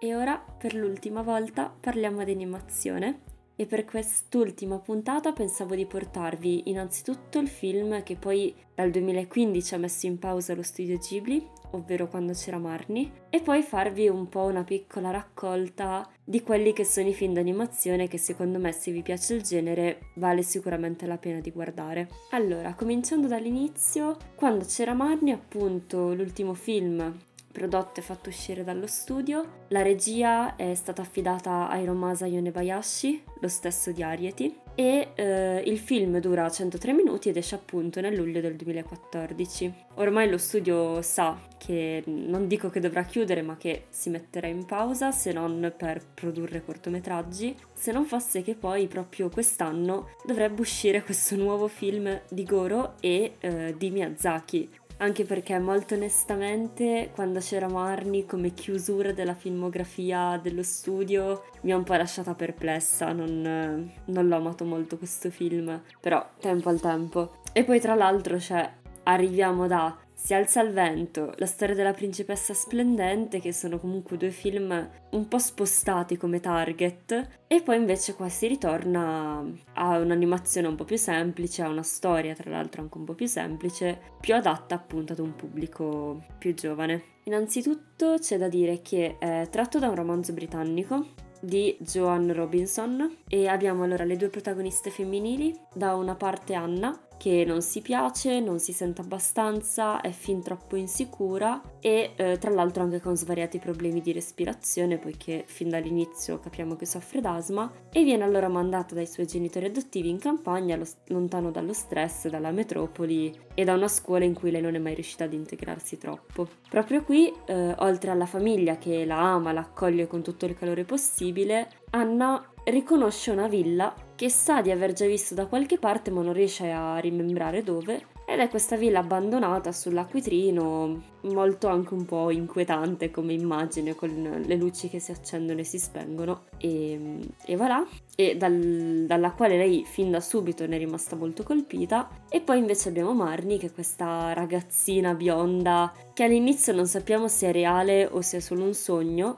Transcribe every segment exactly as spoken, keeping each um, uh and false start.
e ora per l'ultima volta parliamo di animazione e per quest'ultima puntata pensavo di portarvi innanzitutto il film che poi dal duemilaquindici ha messo in pausa lo studio Ghibli, ovvero Quando c'era Marnie, e poi farvi un po' una piccola raccolta di quelli che sono i film d'animazione che secondo me, se vi piace il genere, vale sicuramente la pena di guardare. Allora, cominciando dall'inizio, Quando c'era Marnie, appunto l'ultimo film prodotto e fatto uscire dallo studio. La regia è stata affidata a Hiromasa Yonebayashi, lo stesso di Ariety, e eh, il film dura centotré minuti ed esce appunto nel luglio del duemilaquattordici. Ormai lo studio sa che, non dico che dovrà chiudere, ma che si metterà in pausa se non per produrre cortometraggi, se non fosse che poi proprio quest'anno dovrebbe uscire questo nuovo film di Goro e eh, di Miyazaki. Anche perché molto onestamente Quando c'era Marnie come chiusura della filmografia dello studio mi ha un po' lasciata perplessa, non, non l'ho amato molto questo film, però tempo al tempo. E poi tra l'altro cioè arriviamo da Si alza il vento, La storia della principessa splendente, che sono comunque due film un po' spostati come target, e poi invece qua si ritorna a un'animazione un po' più semplice, a una storia tra l'altro anche un po' più semplice, più adatta appunto ad un pubblico più giovane. Innanzitutto c'è da dire che è tratto da un romanzo britannico di Joanne Robinson e abbiamo allora le due protagoniste femminili, da una parte Anna, che non si piace, non si sente abbastanza, è fin troppo insicura e eh, tra l'altro anche con svariati problemi di respirazione, poiché fin dall'inizio capiamo che soffre d'asma, e viene allora mandata dai suoi genitori adottivi in campagna, lo, lontano dallo stress, dalla metropoli e da una scuola in cui lei non è mai riuscita ad integrarsi troppo. Proprio qui, eh, oltre alla famiglia che la ama, la accoglie con tutto il calore possibile, Anna riconosce una villa che sa di aver già visto da qualche parte ma non riesce a rimembrare dove, ed è questa villa abbandonata sull'acquitrino, molto anche un po' inquietante come immagine, con le luci che si accendono e si spengono, e, e voilà, e dal, dalla quale lei fin da subito ne è rimasta molto colpita. E poi invece abbiamo Marnie, che è questa ragazzina bionda che all'inizio non sappiamo se è reale o se è solo un sogno,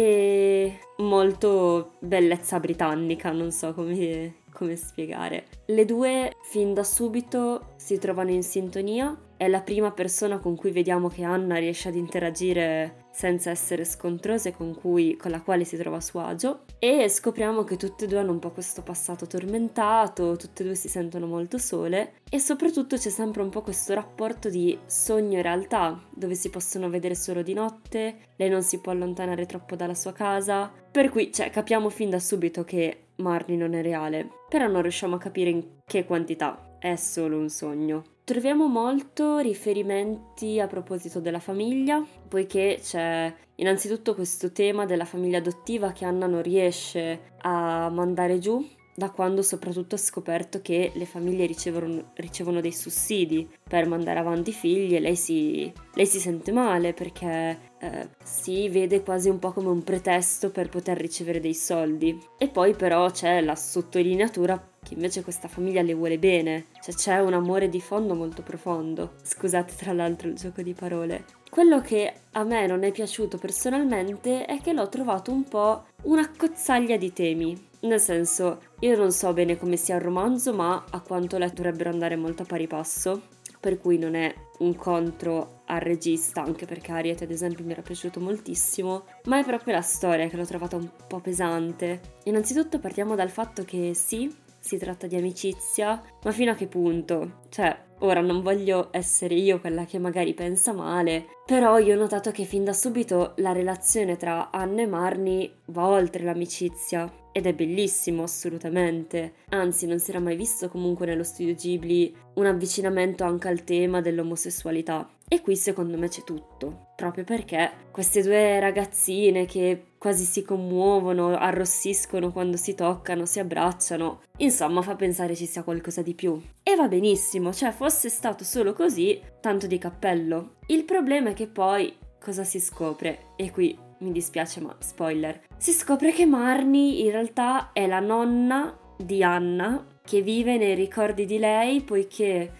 e molto bellezza britannica, non so come, come spiegare. Le due fin da subito si trovano in sintonia, è la prima persona con cui vediamo che Anna riesce ad interagire senza essere scontrose, con cui, con la quale si trova a suo agio, e scopriamo che tutte e due hanno un po' questo passato tormentato, tutte e due si sentono molto sole, e soprattutto c'è sempre un po' questo rapporto di sogno e realtà, dove si possono vedere solo di notte, lei non si può allontanare troppo dalla sua casa, per cui cioè, capiamo fin da subito che Marnie non è reale, però non riusciamo a capire in che quantità, è solo un sogno. Troviamo molto riferimenti a proposito della famiglia, poiché c'è innanzitutto questo tema della famiglia adottiva che Anna non riesce a mandare giù, da quando soprattutto ha scoperto che le famiglie ricevono, ricevono dei sussidi per mandare avanti i figli, e lei si, lei si sente male perché eh, si vede quasi un po' come un pretesto per poter ricevere dei soldi. E poi però c'è la sottolineatura che invece questa famiglia le vuole bene, cioè c'è un amore di fondo molto profondo. Scusate tra l'altro il gioco di parole. Quello che a me non è piaciuto personalmente è che l'ho trovato un po' una cozzaglia di temi. Nel senso, io non so bene come sia il romanzo, ma a quanto letto dovrebbero andare molto a pari passo, per cui non è un contro al regista, anche perché Ariete ad esempio mi era piaciuto moltissimo, ma è proprio la storia che l'ho trovata un po' pesante. Innanzitutto partiamo dal fatto che sì, si tratta di amicizia, ma fino a che punto? Cioè, ora non voglio essere io quella che magari pensa male, però io ho notato che fin da subito la relazione tra Anna e Marnie va oltre l'amicizia, ed è bellissimo assolutamente. Anzi, non si era mai visto comunque nello studio Ghibli un avvicinamento anche al tema dell'omosessualità. E qui secondo me c'è tutto, proprio perché queste due ragazzine che quasi si commuovono, arrossiscono quando si toccano, si abbracciano, insomma fa pensare ci sia qualcosa di più. E va benissimo, cioè fosse stato solo così, tanto di cappello. Il problema è che poi cosa si scopre? E qui mi dispiace ma spoiler. Si scopre che Marnie in realtà è la nonna di Anna, che vive nei ricordi di lei poiché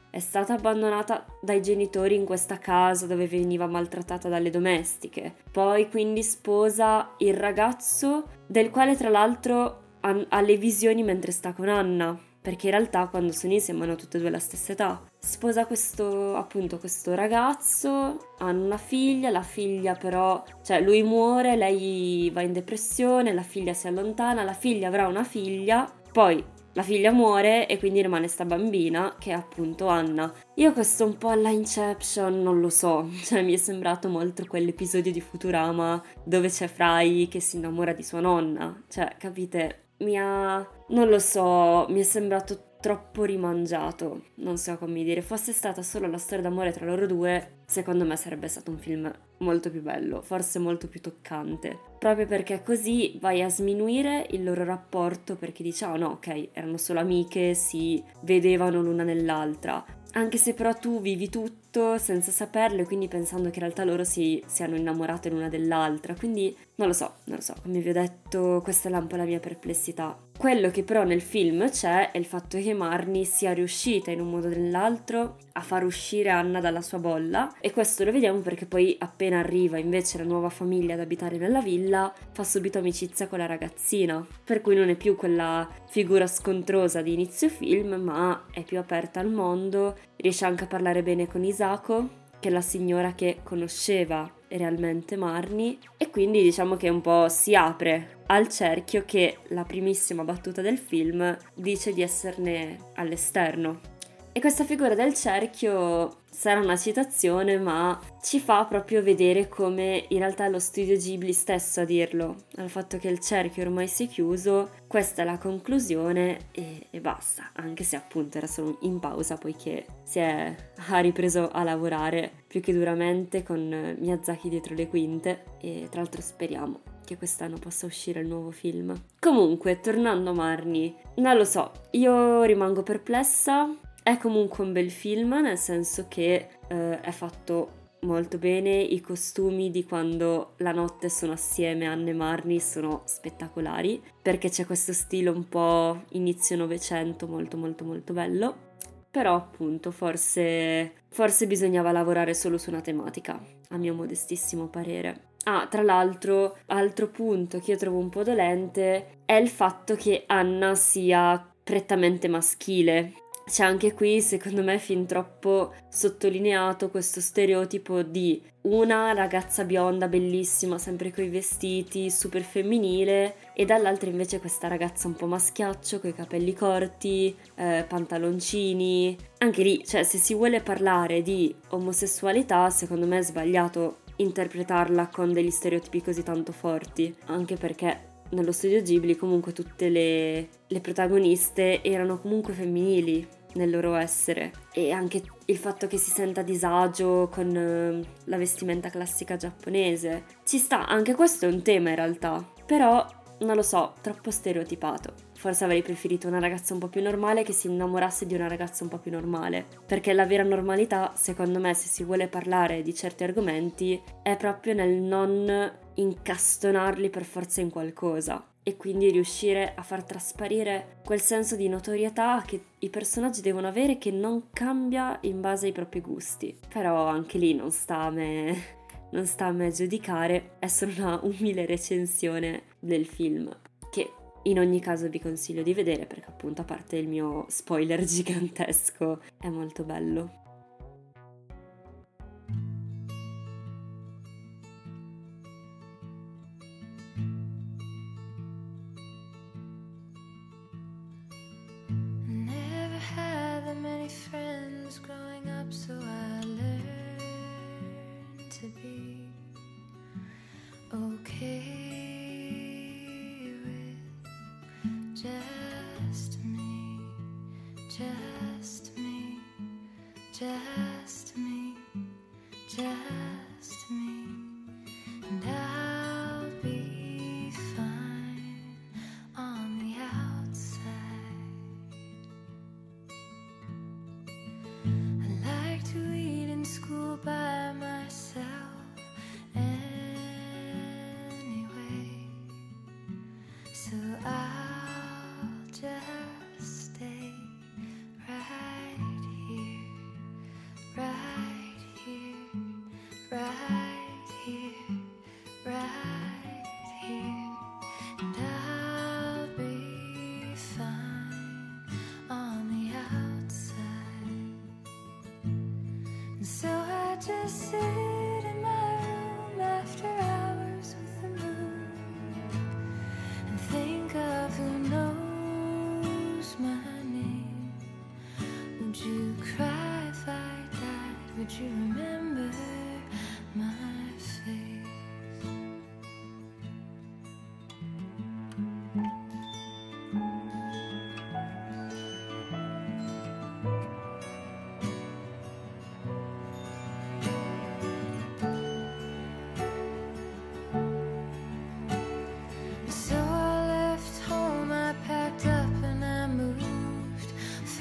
è stata abbandonata dai genitori in questa casa dove veniva maltrattata dalle domestiche, poi quindi sposa il ragazzo del quale tra l'altro ha, ha le visioni mentre sta con Anna, perché in realtà quando sono insieme hanno tutte e due la stessa età. Sposa questo, appunto, questo ragazzo, hanno una figlia, la figlia però, cioè lui muore, lei va in depressione, la figlia si allontana, la figlia avrà una figlia, poi la figlia muore e quindi rimane sta bambina che è appunto Anna. Io questo un po' alla Inception non lo so, cioè mi è sembrato molto quell'episodio di Futurama dove c'è Fry che si innamora di sua nonna, cioè capite, mi ha, non lo so, mi è sembrato troppo rimangiato, non so come dire, fosse stata solo la storia d'amore tra loro due, secondo me sarebbe stato un film molto più bello, forse molto più toccante, proprio perché così vai a sminuire il loro rapporto, perché dici, oh no, ok, erano solo amiche, si vedevano l'una nell'altra, anche se però tu vivi tutto senza saperlo e quindi pensando che in realtà loro si siano innamorate l'una dell'altra, quindi non lo so, non lo so, come vi ho detto questa è un po' la mia perplessità. Quello che però nel film c'è è il fatto che Marnie sia riuscita in un modo o nell'altro a far uscire Anna dalla sua bolla, e questo lo vediamo perché poi appena arriva invece la nuova famiglia ad abitare nella villa fa subito amicizia con la ragazzina, per cui non è più quella figura scontrosa di inizio film ma è più aperta al mondo, riesce anche a parlare bene con Isako, che è la signora che conosceva realmente Marnie, e quindi diciamo che un po' si apre al cerchio che la primissima battuta del film dice di esserne all'esterno. E questa figura del cerchio sarà una citazione, ma ci fa proprio vedere come in realtà è lo studio Ghibli stesso a dirlo, al fatto che il cerchio ormai si è chiuso, questa è la conclusione e, e basta, anche se appunto era solo in pausa poiché si è, ha ripreso a lavorare più che duramente con Miyazaki dietro le quinte, e tra l'altro speriamo che quest'anno possa uscire il nuovo film. Comunque, tornando a Marnie, non lo so, io rimango perplessa. È comunque un bel film, nel senso che eh, è fatto molto bene, i costumi di quando la notte sono assieme Anna e Marnie sono spettacolari, perché c'è questo stile un po' inizio Novecento molto molto molto bello, però appunto forse, forse bisognava lavorare solo su una tematica, a mio modestissimo parere. Ah, tra l'altro, altro punto che io trovo un po' dolente è il fatto che Anna sia prettamente maschile. C'è anche qui, secondo me, fin troppo sottolineato questo stereotipo di una ragazza bionda bellissima, sempre coi vestiti, super femminile, e dall'altra invece questa ragazza un po' maschiaccio, coi capelli corti, eh, pantaloncini. Anche lì, cioè, se si vuole parlare di omosessualità, secondo me è sbagliato interpretarla con degli stereotipi così tanto forti, anche perché nello studio Ghibli comunque tutte le, le protagoniste erano comunque femminili nel loro essere, e anche il fatto che si senta a disagio con eh, la vestimenta classica giapponese ci sta, anche questo è un tema in realtà, però non lo so, troppo stereotipato. Forse avrei preferito una ragazza un po' più normale che si innamorasse di una ragazza un po' più normale, perché la vera normalità, secondo me, se si vuole parlare di certi argomenti, è proprio nel non incastonarli per forza in qualcosa, e quindi riuscire a far trasparire quel senso di notorietà che i personaggi devono avere, che non cambia in base ai propri gusti. Però anche lì non sta a me non sta a me giudicare, è solo una umile recensione del film, che in ogni caso vi consiglio di vedere perché appunto, a parte il mio spoiler gigantesco, è molto bello. Never had that many friends growing up, so I learned to be okay with just me, just me, just me, just me, and I'll be fine on the outside. I like to eat in school by myself anyway, so I'll just stay right here. sit in my room after hours with the moon and think of who knows my name. Would you cry if I died? Would you remember my face? So I left home, I packed up and I moved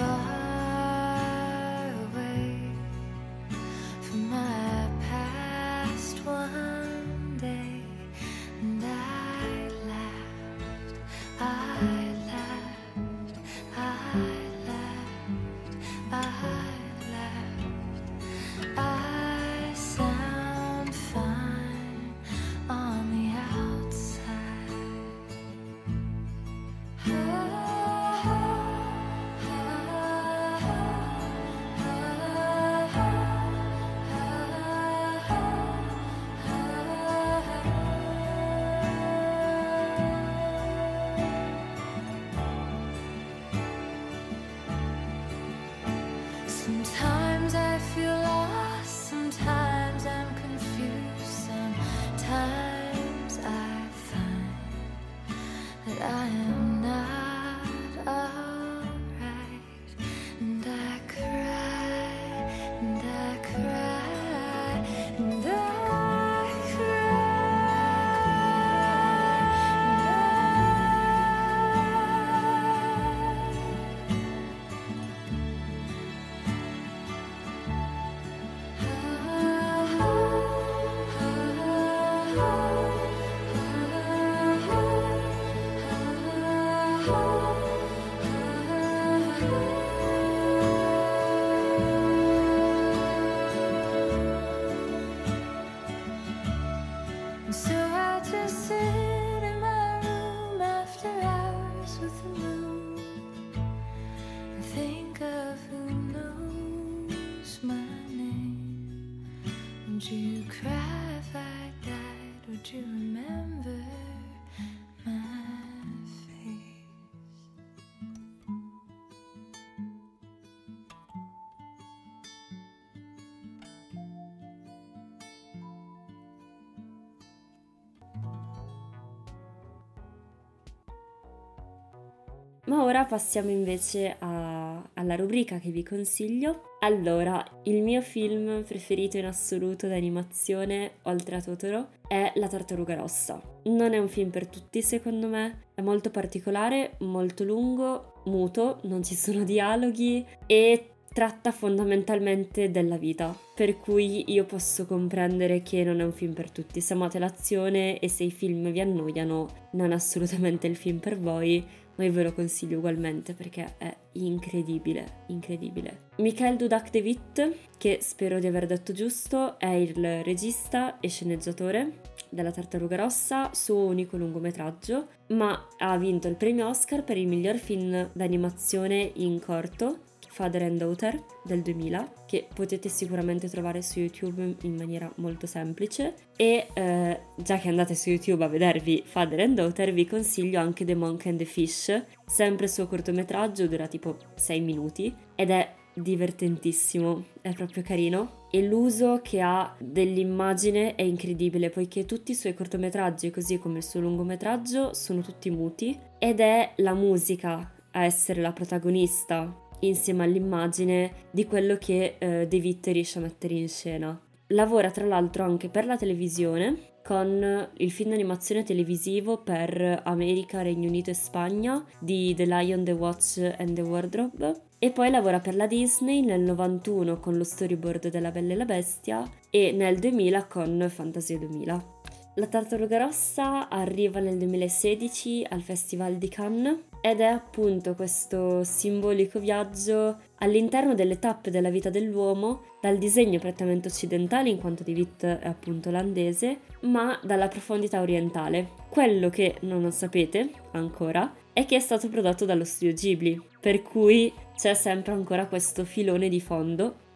far away from my past one day. And I laughed, I laughed, I laughed, I laughed. I sound fine on the outside. Sometimes I feel lost, sometimes I'm confused, sometimes I find that I am not alright, and I cry, and I cry, and I So I just sit in my room after hours with the moon and think of who knows my name. Would you cry if I died? Would you remember my face? Ma ora passiamo invece a- alla rubrica che vi consiglio. Allora, il mio film preferito in assoluto d'animazione, oltre a Totoro, è La Tartaruga Rossa. Non è un film per tutti, secondo me, è molto particolare, molto lungo, muto, non ci sono dialoghi e tratta fondamentalmente della vita, per cui io posso comprendere che non è un film per tutti. Se amate l'azione e se i film vi annoiano, non è assolutamente il film per voi, ma io ve lo consiglio ugualmente perché è incredibile, incredibile. Michael Dudek de Wit, che spero di aver detto giusto, è il regista e sceneggiatore della Tartaruga Rossa, suo unico lungometraggio, ma ha vinto il premio Oscar per il miglior film d'animazione in corto, Father and Daughter del duemila, che potete sicuramente trovare su YouTube in maniera molto semplice. E eh, già che andate su YouTube a vedervi Father and Daughter, vi consiglio anche The Monk and the Fish, sempre suo cortometraggio, dura tipo sei minuti ed è divertentissimo, è proprio carino e l'uso che ha dell'immagine è incredibile, poiché tutti i suoi cortometraggi, così come il suo lungometraggio, sono tutti muti ed è la musica a essere la protagonista insieme all'immagine di quello che eh, De Wit riesce a mettere in scena. Lavora tra l'altro anche per la televisione con il film d'animazione televisivo per America, Regno Unito e Spagna di The Lion, the Watch and the Wardrobe, e poi lavora per la Disney nel novantuno con lo storyboard della Bella e la Bestia e nel duemila con Fantasia duemila. La Tartaruga Rossa arriva nel duemilasedici al Festival di Cannes ed è appunto questo simbolico viaggio all'interno delle tappe della vita dell'uomo, dal disegno prettamente occidentale, in quanto De Wit è appunto olandese, ma dalla profondità orientale. Quello che non sapete ancora è che è stato prodotto dallo studio Ghibli, per cui c'è sempre ancora questo filone di fondo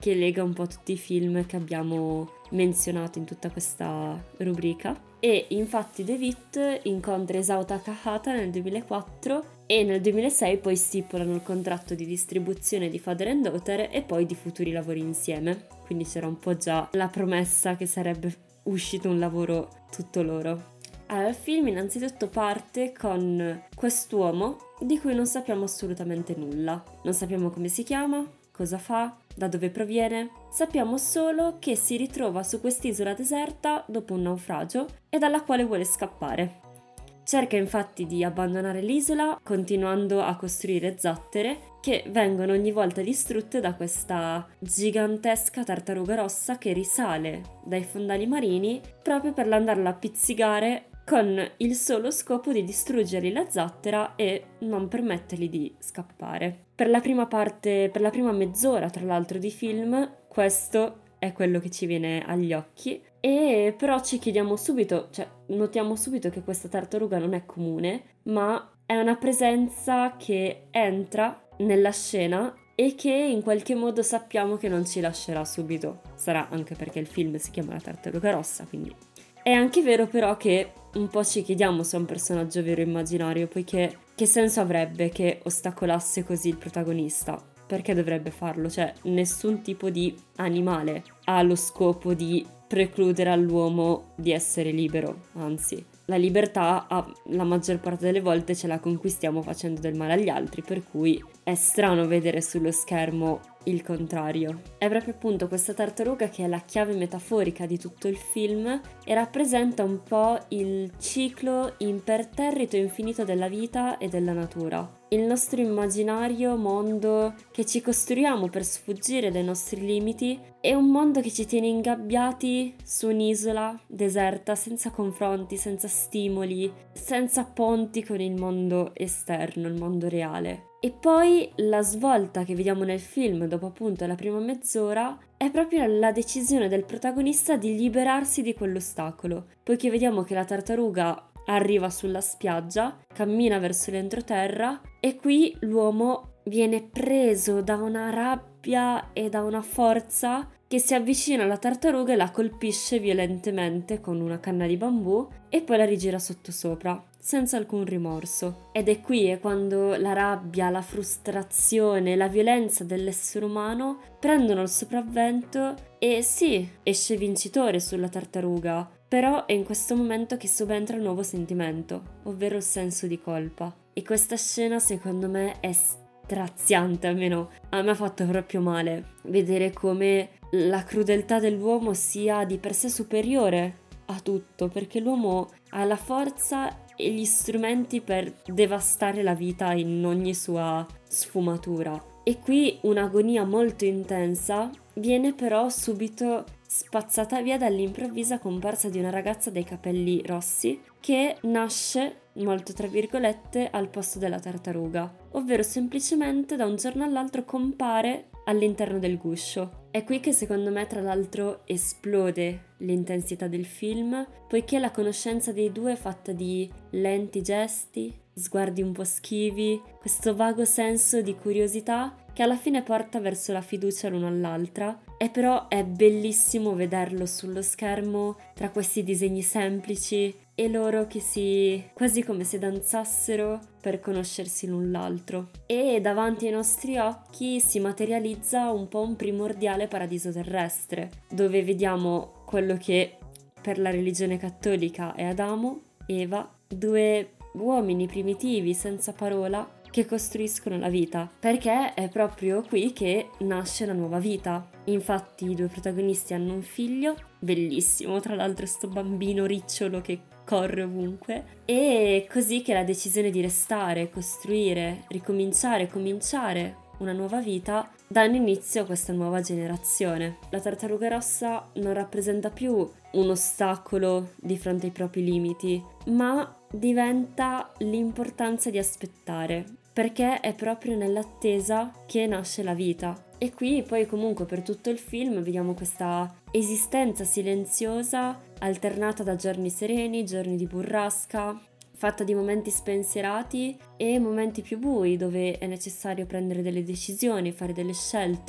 che lega un po' tutti i film che abbiamo menzionato in tutta questa rubrica. E infatti David incontra Isao Takahata nel duemilaquattro e nel duemilasei poi stipulano il contratto di distribuzione di Father and Daughter e poi di futuri lavori insieme. Quindi c'era un po' già la promessa che sarebbe uscito un lavoro tutto loro. Allora, il film innanzitutto parte con quest'uomo di cui non sappiamo assolutamente nulla. Non sappiamo come si chiama, cosa fa, da dove proviene. Sappiamo solo che si ritrova su quest'isola deserta dopo un naufragio e dalla quale vuole scappare. Cerca infatti di abbandonare l'isola continuando a costruire zattere che vengono ogni volta distrutte da questa gigantesca tartaruga rossa che risale dai fondali marini proprio per andarla a pizzicare con il solo scopo di distruggergli la zattera e non permettergli di scappare. Per la prima parte, per la prima mezz'ora tra l'altro di film, questo è quello che ci viene agli occhi. E però ci chiediamo subito, cioè notiamo subito che questa tartaruga non è comune, ma è una presenza che entra nella scena e che in qualche modo sappiamo che non ci lascerà subito. Sarà anche perché il film si chiama La tartaruga rossa, quindi... È anche vero però che un po' ci chiediamo se è un personaggio vero o immaginario, poiché che senso avrebbe che ostacolasse così il protagonista? Perché dovrebbe farlo? Cioè, nessun tipo di animale ha lo scopo di precludere all'uomo di essere libero, anzi, la libertà la maggior parte delle volte ce la conquistiamo facendo del male agli altri, per cui è strano vedere sullo schermo il contrario. È proprio appunto questa tartaruga che è la chiave metaforica di tutto il film e rappresenta un po' il ciclo imperterrito e infinito della vita e della natura. Il nostro immaginario mondo che ci costruiamo per sfuggire dai nostri limiti è un mondo che ci tiene ingabbiati su un'isola deserta, senza confronti, senza stimoli, senza ponti con il mondo esterno, il mondo reale. E poi la svolta che vediamo nel film, dopo appunto la prima mezz'ora, è proprio la decisione del protagonista di liberarsi di quell'ostacolo, poiché vediamo che la tartaruga arriva sulla spiaggia, cammina verso l'entroterra e qui l'uomo viene preso da una rabbia e da una forza che si avvicina alla tartaruga e la colpisce violentemente con una canna di bambù e poi la rigira sottosopra, senza alcun rimorso. Ed è qui è quando la rabbia, la frustrazione, la violenza dell'essere umano prendono il sopravvento e sì, esce vincitore sulla tartaruga, però è in questo momento che subentra il nuovo sentimento, ovvero il senso di colpa. E questa scena secondo me è straziante, almeno a me ha fatto proprio male vedere come la crudeltà dell'uomo sia di per sé superiore a tutto, perché l'uomo ha la forza e gli strumenti per devastare la vita in ogni sua sfumatura. E qui un'agonia molto intensa viene però subito spazzata via dall'improvvisa comparsa di una ragazza dai capelli rossi che nasce, molto tra virgolette, al posto della tartaruga, ovvero semplicemente da un giorno all'altro compare all'interno del guscio. È qui che secondo me tra l'altro esplode l'intensità del film, poiché la conoscenza dei due è fatta di lenti gesti, sguardi un po' schivi, questo vago senso di curiosità che alla fine porta verso la fiducia l'uno all'altra. E però è bellissimo vederlo sullo schermo tra questi disegni semplici e loro che si quasi come se danzassero per conoscersi l'un l'altro. E davanti ai nostri occhi si materializza un po' un primordiale paradiso terrestre, dove vediamo quello che per la religione cattolica è Adamo, Eva, due uomini primitivi senza parola che costruiscono la vita, perché è proprio qui che nasce la nuova vita. Infatti i due protagonisti hanno un figlio, bellissimo, tra l'altro sto bambino ricciolo che corre ovunque, e così che la decisione di restare, costruire, ricominciare, cominciare una nuova vita danno inizio a questa nuova generazione. La tartaruga rossa non rappresenta più un ostacolo di fronte ai propri limiti, ma diventa l'importanza di aspettare, perché è proprio nell'attesa che nasce la vita. E qui poi comunque per tutto il film vediamo questa esistenza silenziosa alternata da giorni sereni, giorni di burrasca, fatta di momenti spensierati e momenti più bui dove è necessario prendere delle decisioni, fare delle scelte,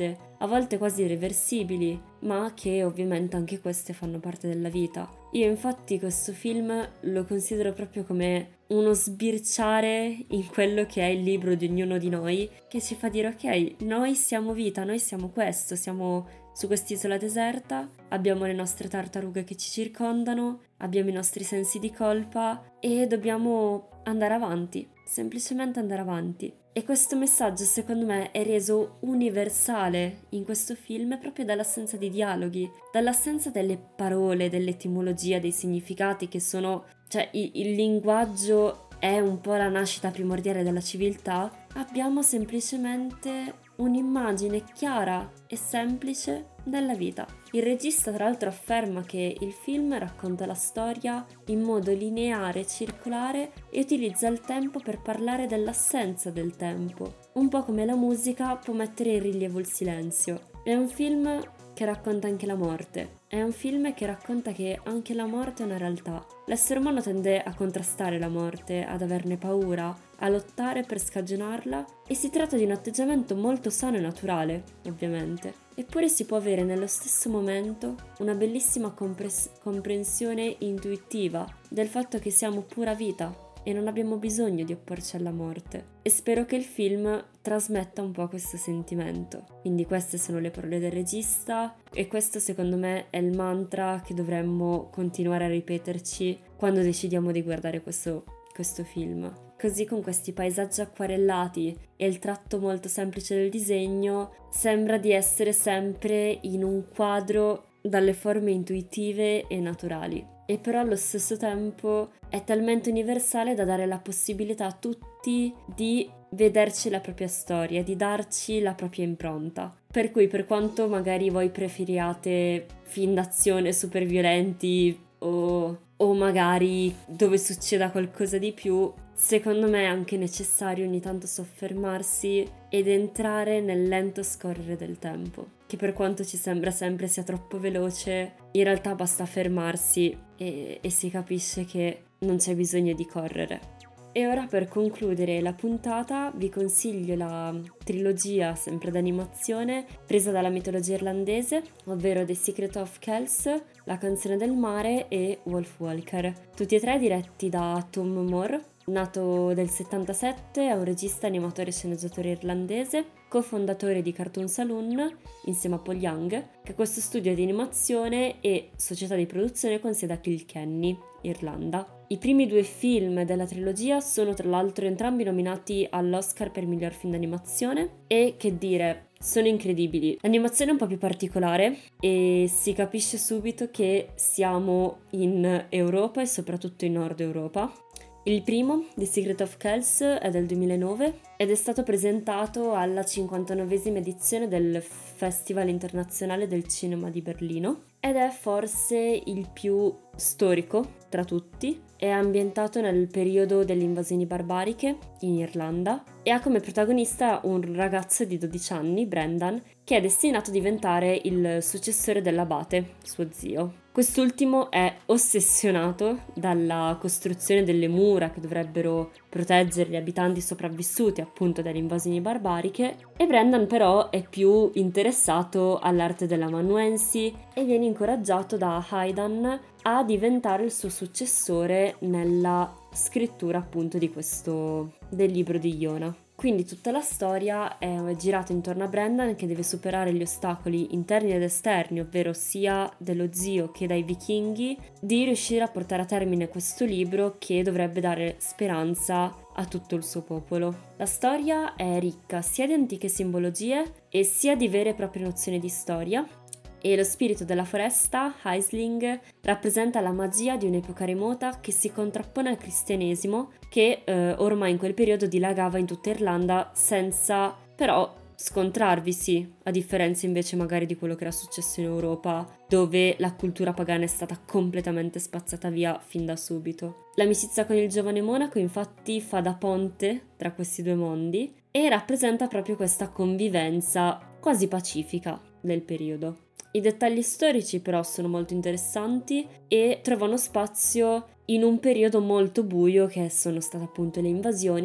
a volte quasi irreversibili, ma che ovviamente anche queste fanno parte della vita. Io infatti questo film lo considero proprio come uno sbirciare in quello che è il libro di ognuno di noi, che ci fa dire ok, noi siamo vita, noi siamo questo, siamo su quest'isola deserta, abbiamo le nostre tartarughe che ci circondano, abbiamo i nostri sensi di colpa e dobbiamo andare avanti, semplicemente andare avanti. E questo messaggio secondo me è reso universale in questo film proprio dall'assenza di dialoghi, dall'assenza delle parole, dell'etimologia, dei significati che sono, cioè il, il linguaggio è un po' la nascita primordiale della civiltà. Abbiamo semplicemente un'immagine chiara e semplice della vita. Il regista tra l'altro afferma che il film racconta la storia in modo lineare e circolare e utilizza il tempo per parlare dell'assenza del tempo, un po' come la musica può mettere in rilievo il silenzio. È un film che racconta anche la morte, è un film che racconta che anche la morte è una realtà. L'essere umano tende a contrastare la morte, ad averne paura, a lottare per scagionarla e si tratta di un atteggiamento molto sano e naturale, ovviamente. Eppure si può avere nello stesso momento una bellissima compres- comprensione intuitiva del fatto che siamo pura vita e non abbiamo bisogno di opporci alla morte. E spero che il film trasmetta un po' questo sentimento. Quindi queste sono le parole del regista e questo secondo me è il mantra che dovremmo continuare a ripeterci quando decidiamo di guardare questo, questo film. Così con questi paesaggi acquarellati e il tratto molto semplice del disegno sembra di essere sempre in un quadro dalle forme intuitive e naturali. E però allo stesso tempo è talmente universale da dare la possibilità a tutti di vederci la propria storia, di darci la propria impronta. Per cui per quanto magari voi preferiate film d'azione super violenti o, o magari dove succeda qualcosa di più, secondo me è anche necessario ogni tanto soffermarsi ed entrare nel lento scorrere del tempo, che per quanto ci sembra sempre sia troppo veloce, in realtà basta fermarsi e, e si capisce che non c'è bisogno di correre. E ora per concludere la puntata vi consiglio la trilogia sempre d'animazione presa dalla mitologia irlandese, ovvero The Secret of Kells, La canzone del mare e Wolf Walker, tutti e tre diretti da Tom Moore. Nato del settantasette, è un regista, animatore e sceneggiatore irlandese, cofondatore di Cartoon Saloon insieme a Paul Young, che è questo studio di animazione e società di produzione con sede a Kilkenny, Irlanda. I primi due film della trilogia sono tra l'altro entrambi nominati all'Oscar per miglior film d'animazione e, che dire, sono incredibili. L'animazione è un po' più particolare e si capisce subito che siamo in Europa e soprattutto in Nord Europa. Il primo, The Secret of Kells, è del duemilanove ed è stato presentato alla cinquantanovesima edizione del Festival Internazionale del Cinema di Berlino ed è forse il più storico tra tutti. È ambientato nel periodo delle invasioni barbariche in Irlanda e ha come protagonista un ragazzo di dodici anni, Brendan, che è destinato a diventare il successore dell'abate, suo zio. Quest'ultimo è ossessionato dalla costruzione delle mura che dovrebbero proteggere gli abitanti sopravvissuti appunto dalle invasioni barbariche e Brendan però è più interessato all'arte dell'amanuensi e viene incoraggiato da Aidan a diventare il suo successore nella scrittura appunto di questo del libro di Iona. Quindi tutta la storia è girata intorno a Brendan che deve superare gli ostacoli interni ed esterni, ovvero sia dello zio che dai vichinghi, di riuscire a portare a termine questo libro che dovrebbe dare speranza a tutto il suo popolo. La storia è ricca sia di antiche simbologie e sia di vere e proprie nozioni di storia. E lo spirito della foresta, Aisling, rappresenta la magia di un'epoca remota che si contrappone al cristianesimo che eh, ormai in quel periodo dilagava in tutta Irlanda senza però scontrarvisi, a differenza invece magari di quello che era successo in Europa, dove la cultura pagana è stata completamente spazzata via fin da subito. L'amicizia con il giovane monaco infatti fa da ponte tra questi due mondi e rappresenta proprio questa convivenza quasi pacifica del periodo. I dettagli storici però sono molto interessanti e trovano spazio in un periodo molto buio che sono state appunto le invasioni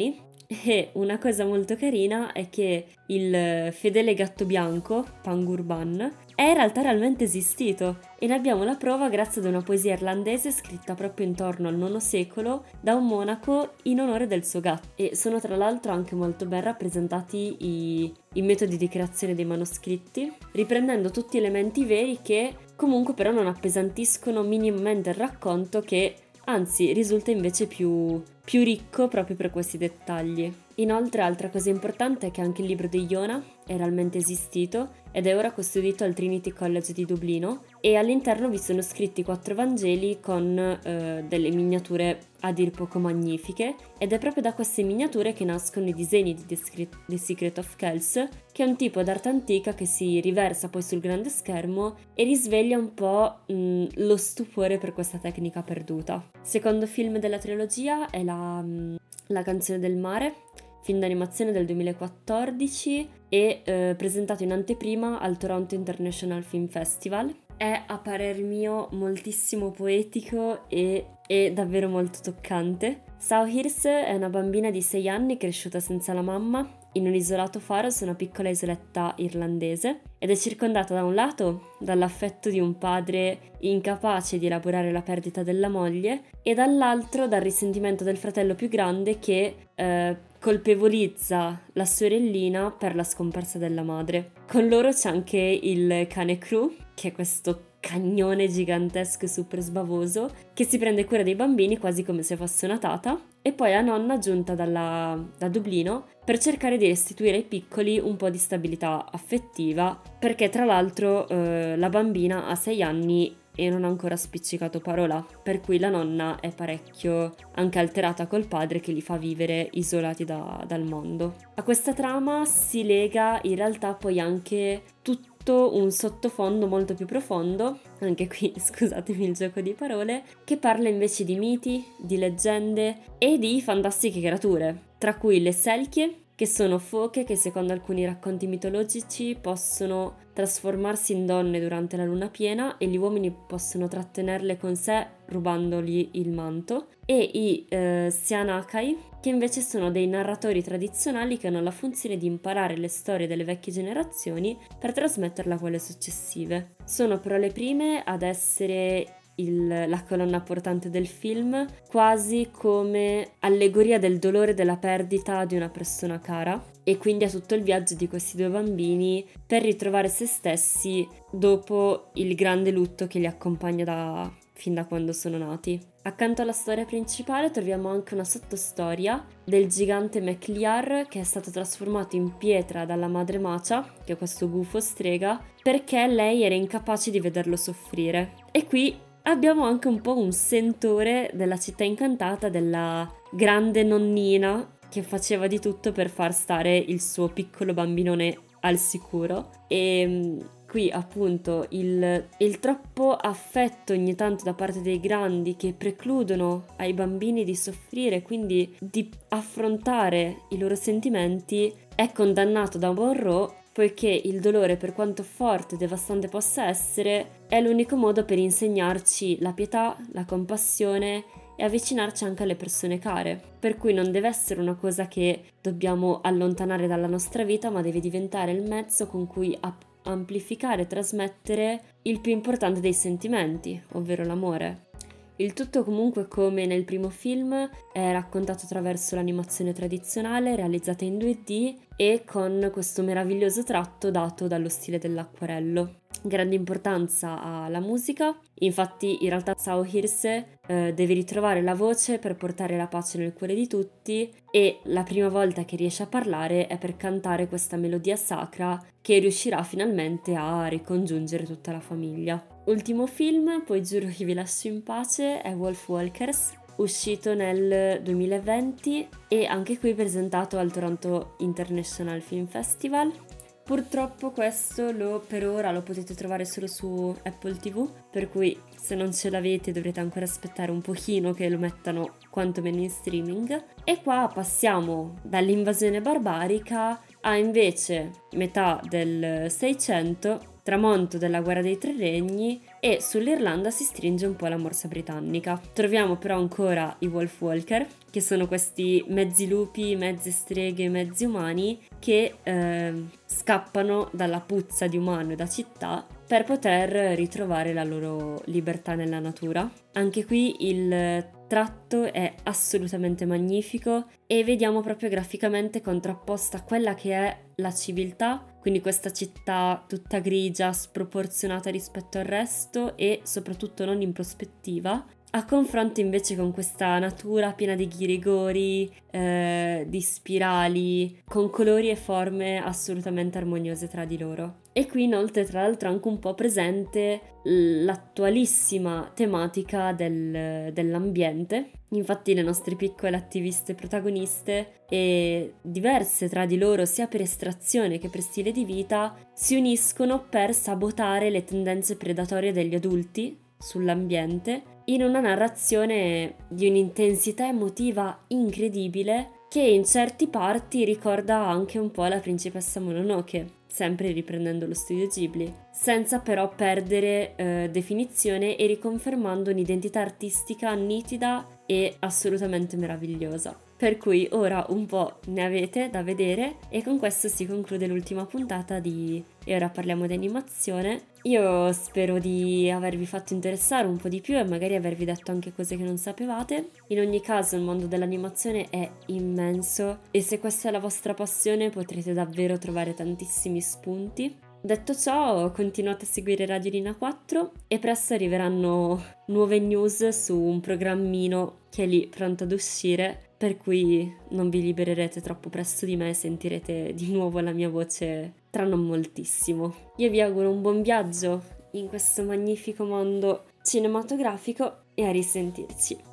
E una cosa molto carina è che il fedele gatto bianco, Pangurban, è in realtà realmente esistito e ne abbiamo la prova grazie ad una poesia irlandese scritta proprio intorno al nono secolo da un monaco in onore del suo gatto. E sono tra l'altro anche molto ben rappresentati i, i metodi di creazione dei manoscritti, riprendendo tutti elementi veri che comunque però non appesantiscono minimamente il racconto, che anzi risulta invece più, più ricco proprio per questi dettagli. Inoltre, altra cosa importante è che anche il libro di Iona è realmente esistito ed è ora custodito al Trinity College di Dublino, e all'interno vi sono scritti quattro Vangeli con eh, delle miniature a dir poco magnifiche, ed è proprio da queste miniature che nascono i disegni di The Secret of Kells, che è un tipo d'arte antica che si riversa poi sul grande schermo e risveglia un po' mh, lo stupore per questa tecnica perduta. Secondo film della trilogia è la, mh, la Canzone del mare, film d'animazione del duemilaquattordici e eh, presentato in anteprima al Toronto International Film Festival. È a parer mio moltissimo poetico e, e davvero molto toccante. Sao Hirse è una bambina di sei anni cresciuta senza la mamma in un isolato faro su una piccola isoletta irlandese, ed è circondata da un lato dall'affetto di un padre incapace di elaborare la perdita della moglie e dall'altro dal risentimento del fratello più grande che eh, colpevolizza la sorellina per la scomparsa della madre. Con loro c'è anche il cane Crew, che è questo cagnone gigantesco e super sbavoso che si prende cura dei bambini quasi come se fosse una tata, e poi la nonna giunta dalla, da Dublino per cercare di restituire ai piccoli un po' di stabilità affettiva, perché tra l'altro eh, la bambina ha sei anni e non ha ancora spiccicato parola, per cui la nonna è parecchio anche alterata col padre che li fa vivere isolati da, dal mondo. A questa trama si lega in realtà poi anche tutto un sottofondo molto più profondo, anche qui scusatemi il gioco di parole, che parla invece di miti, di leggende e di fantastiche creature, tra cui le selchie, che sono foche che secondo alcuni racconti mitologici possono trasformarsi in donne durante la luna piena e gli uomini possono trattenerle con sé rubandogli il manto, e i eh, Sianakai, che invece sono dei narratori tradizionali che hanno la funzione di imparare le storie delle vecchie generazioni per trasmetterle a quelle successive. Sono però le prime ad essere Il, la colonna portante del film, quasi come allegoria del dolore della perdita di una persona cara, e quindi a tutto il viaggio di questi due bambini per ritrovare se stessi dopo il grande lutto che li accompagna da, fin da quando sono nati. Accanto alla storia principale troviamo anche una sottostoria del gigante MacLear, che è stato trasformato in pietra dalla madre Macha, che è questo gufo strega, perché lei era incapace di vederlo soffrire. E qui abbiamo anche un po' un sentore della città incantata, della grande nonnina che faceva di tutto per far stare il suo piccolo bambinone al sicuro. E qui appunto il, il troppo affetto ogni tanto da parte dei grandi che precludono ai bambini di soffrire, quindi di affrontare i loro sentimenti, è condannato da Monroe, poiché il dolore, per quanto forte e devastante possa essere, è l'unico modo per insegnarci la pietà, la compassione e avvicinarci anche alle persone care. Per cui non deve essere una cosa che dobbiamo allontanare dalla nostra vita, ma deve diventare il mezzo con cui app- amplificare e trasmettere il più importante dei sentimenti, ovvero l'amore. Il tutto comunque, come nel primo film, è raccontato attraverso l'animazione tradizionale realizzata in due D e con questo meraviglioso tratto dato dallo stile dell'acquarello. Grande importanza ha la musica, infatti in realtà Sao Hirse eh, deve ritrovare la voce per portare la pace nel cuore di tutti, e la prima volta che riesce a parlare è per cantare questa melodia sacra che riuscirà finalmente a ricongiungere tutta la famiglia. Ultimo film, poi giuro che vi lascio in pace, è Wolf Walkers, uscito nel duemilaventi e anche qui presentato al Toronto International Film Festival. Purtroppo questo lo, per ora lo potete trovare solo su Apple tivù, per cui se non ce l'avete dovrete ancora aspettare un pochino che lo mettano quantomeno in streaming. E qua passiamo dall'invasione barbarica a invece metà del Seicento, tramonto della Guerra dei Tre Regni, e sull'Irlanda si stringe un po' la morsa britannica. Troviamo però ancora i Wolf Walker, che sono questi mezzi lupi, mezze streghe, mezzi umani che eh, scappano dalla puzza di umano e da città per poter ritrovare la loro libertà nella natura. Anche qui il tratto è assolutamente magnifico e vediamo proprio graficamente contrapposta quella che è la civiltà, quindi questa città tutta grigia, sproporzionata rispetto al resto e soprattutto non in prospettiva, a confronto invece con questa natura piena di ghirigori, eh, di spirali, con colori e forme assolutamente armoniose tra di loro. E qui inoltre tra l'altro anche un po' presente l'attualissima tematica del, dell'ambiente. Infatti le nostre piccole attiviste protagoniste, e diverse tra di loro sia per estrazione che per stile di vita, si uniscono per sabotare le tendenze predatorie degli adulti sull'ambiente in una narrazione di un'intensità emotiva incredibile che in certi parti ricorda anche un po' la principessa Mononoke, sempre riprendendo lo studio Ghibli, senza però perdere eh, definizione e riconfermando un'identità artistica nitida e assolutamente meravigliosa. Per cui ora un po' ne avete da vedere e con questo si conclude l'ultima puntata di E ora parliamo di animazione. Io spero di avervi fatto interessare un po' di più e magari avervi detto anche cose che non sapevate. In ogni caso il mondo dell'animazione è immenso e se questa è la vostra passione potrete davvero trovare tantissimi spunti. Detto ciò, continuate a seguire Radio Rina quattro e presto arriveranno nuove news su un programmino che è lì pronto ad uscire, per cui non vi libererete troppo presto di me e sentirete di nuovo la mia voce tra non moltissimo. Io vi auguro un buon viaggio in questo magnifico mondo cinematografico e a risentirci.